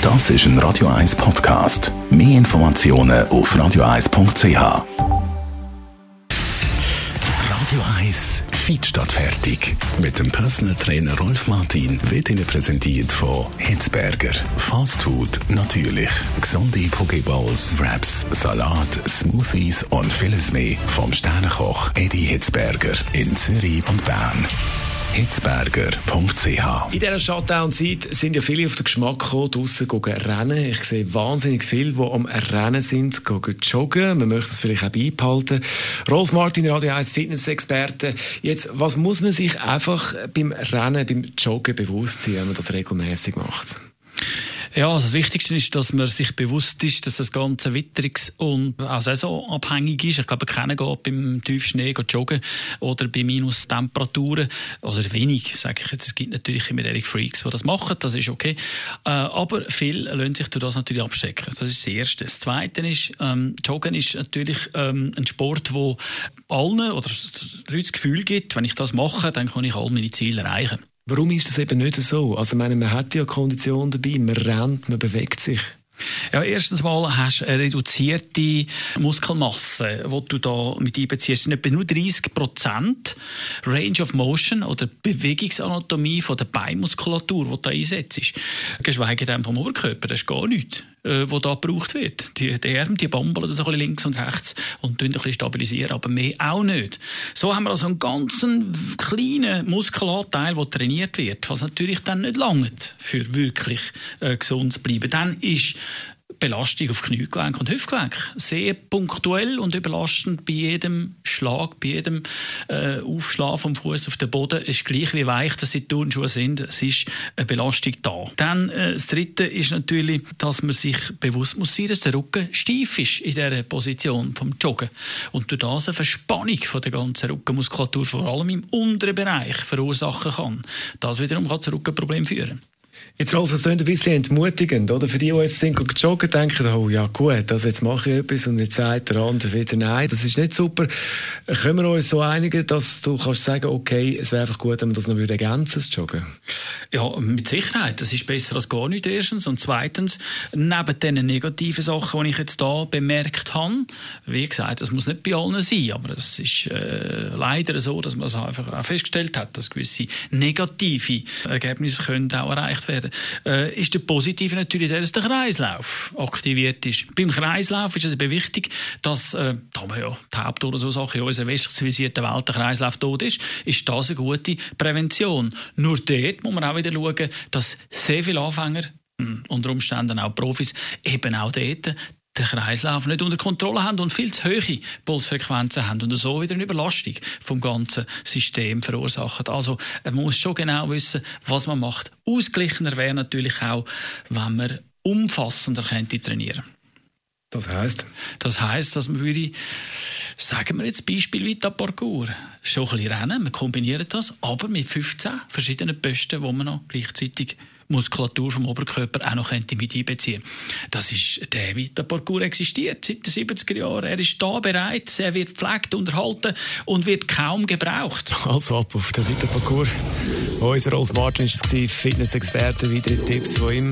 Das ist ein Radio 1 Podcast. Mehr Informationen auf radio1.ch. Radio 1 Fit statt fertig. Mit dem Personal Trainer Rolf Martin wird Ihnen präsentiert von Hitzberger. Fast Food natürlich. Gesunde Pokeballs, Wraps, Salat, Smoothies und vieles mehr vom Sternenkoch Edi Hitzberger in Zürich und Bern. hitzberger.ch. In dieser Shutdown-Zeit sind ja viele auf den Geschmack gekommen, draussen rennen. Ich sehe wahnsinnig viele, die am Rennen sind, joggen. Man möchte es vielleicht auch beibehalten. Rolf Martin, Radio 1 Fitness-Experte. Jetzt, was muss man sich einfach beim Rennen, beim Joggen bewusst sein, wenn man das regelmäßig macht? Ja, also das Wichtigste ist, dass man sich bewusst ist, dass das Ganze witterungs- und auch saisonabhängig ist. Ich glaube, keiner geht beim Tiefschnee joggen oder bei Minustemperaturen oder wenig, sage ich jetzt. Es gibt natürlich immer die Freaks, die das machen, das ist okay. Aber viele lassen sich durch das natürlich abschrecken. Das ist das Erste. Das Zweite ist, Joggen ist natürlich ein Sport, wo allen oder Leuten das Gefühl gibt, wenn ich das mache, dann kann ich all meine Ziele erreichen. Warum ist das eben nicht so? Also ich meine, man hat ja Kondition dabei, man rennt, man bewegt sich. Ja, erstens mal hast du eine reduzierte Muskelmasse, die du da mit einbeziehst. Es sind etwa nur 30% Range of Motion oder Bewegungsanatomie von der Beinmuskulatur, die du da einsetzt. Geschweige denn vom Oberkörper, das ist gar nichts, was da gebraucht wird. Die Arme, die bambeln so ein bisschen links und rechts und ein bisschen stabilisieren, aber mehr auch nicht. So haben wir also einen ganz kleinen Muskelanteil, der trainiert wird, was natürlich dann nicht langt, für wirklich gesund zu bleiben. Dann ist Belastung auf Kniegelenk und Hüftgelenk sehr punktuell und überlastend bei jedem Schlag, bei jedem Aufschlag vom Fuß auf den Boden. Es ist gleich wie weich, dass die Turnschuhe sind. Es ist eine Belastung da. Dann das Dritte ist natürlich, dass man sich bewusst muss sein, dass der Rücken steif ist in dieser Position vom Joggen und durch das eine Verspannung von der ganzen Rückenmuskulatur vor allem im unteren Bereich verursachen kann. Das wiederum kann zu Rückenproblemen führen. Jetzt, Rolf, das klingt ein bisschen entmutigend, oder? Für die jetzt sind joggen, denken, oh ja gut, also jetzt mache ich etwas und jetzt sagt der andere wieder nein, das ist nicht super. Können wir uns so einigen, dass du kannst sagen, okay, es wäre einfach gut, wenn wir das noch ergänzen, das Joggen? Ja, mit Sicherheit. Das ist besser als gar nichts, erstens. Und zweitens, neben den negativen Sachen, die ich jetzt da bemerkt habe, wie gesagt, das muss nicht bei allen sein, aber es ist leider so, dass man das einfach auch festgestellt hat, dass gewisse negative Ergebnisse können auch erreicht werden. Ist der Positive natürlich der, dass der Kreislauf aktiviert ist. Beim Kreislauf ist es eben wichtig, dass, da wir ja die Hauptursache in unserer westlich zivilisierten Welt der Kreislauf tot ist das eine gute Prävention. Nur dort muss man auch wieder schauen, dass sehr viele Anfänger, unter Umständen auch Profis, eben auch dort den Kreislauf nicht unter Kontrolle haben und viel zu hohe Pulsfrequenzen haben und so wieder eine Überlastung vom ganzen System verursachen. Also man muss schon genau wissen, was man macht. Ausgeglichener wäre natürlich auch, wenn man umfassender könnte trainieren. Das heisst? Das heisst, dass man würde, sagen wir jetzt Beispiel Vita Parkour, schon ein bisschen rennen, wir kombinieren das, aber mit 15 verschiedenen Posten, wo man noch gleichzeitig Muskulatur vom Oberkörper auch noch mit einbeziehen. Das ist, der Vita Parkour existiert seit den 70er Jahren. Er ist da bereit, er wird gepflegt, unterhalten und wird kaum gebraucht. Also ab auf den Vita Parkour. Unser Rolf Martin war es, Fitness-Experte, weitere Tipps von ihm.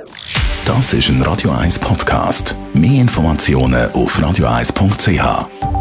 Das ist ein Radio 1 Podcast. Mehr Informationen auf radio1.ch.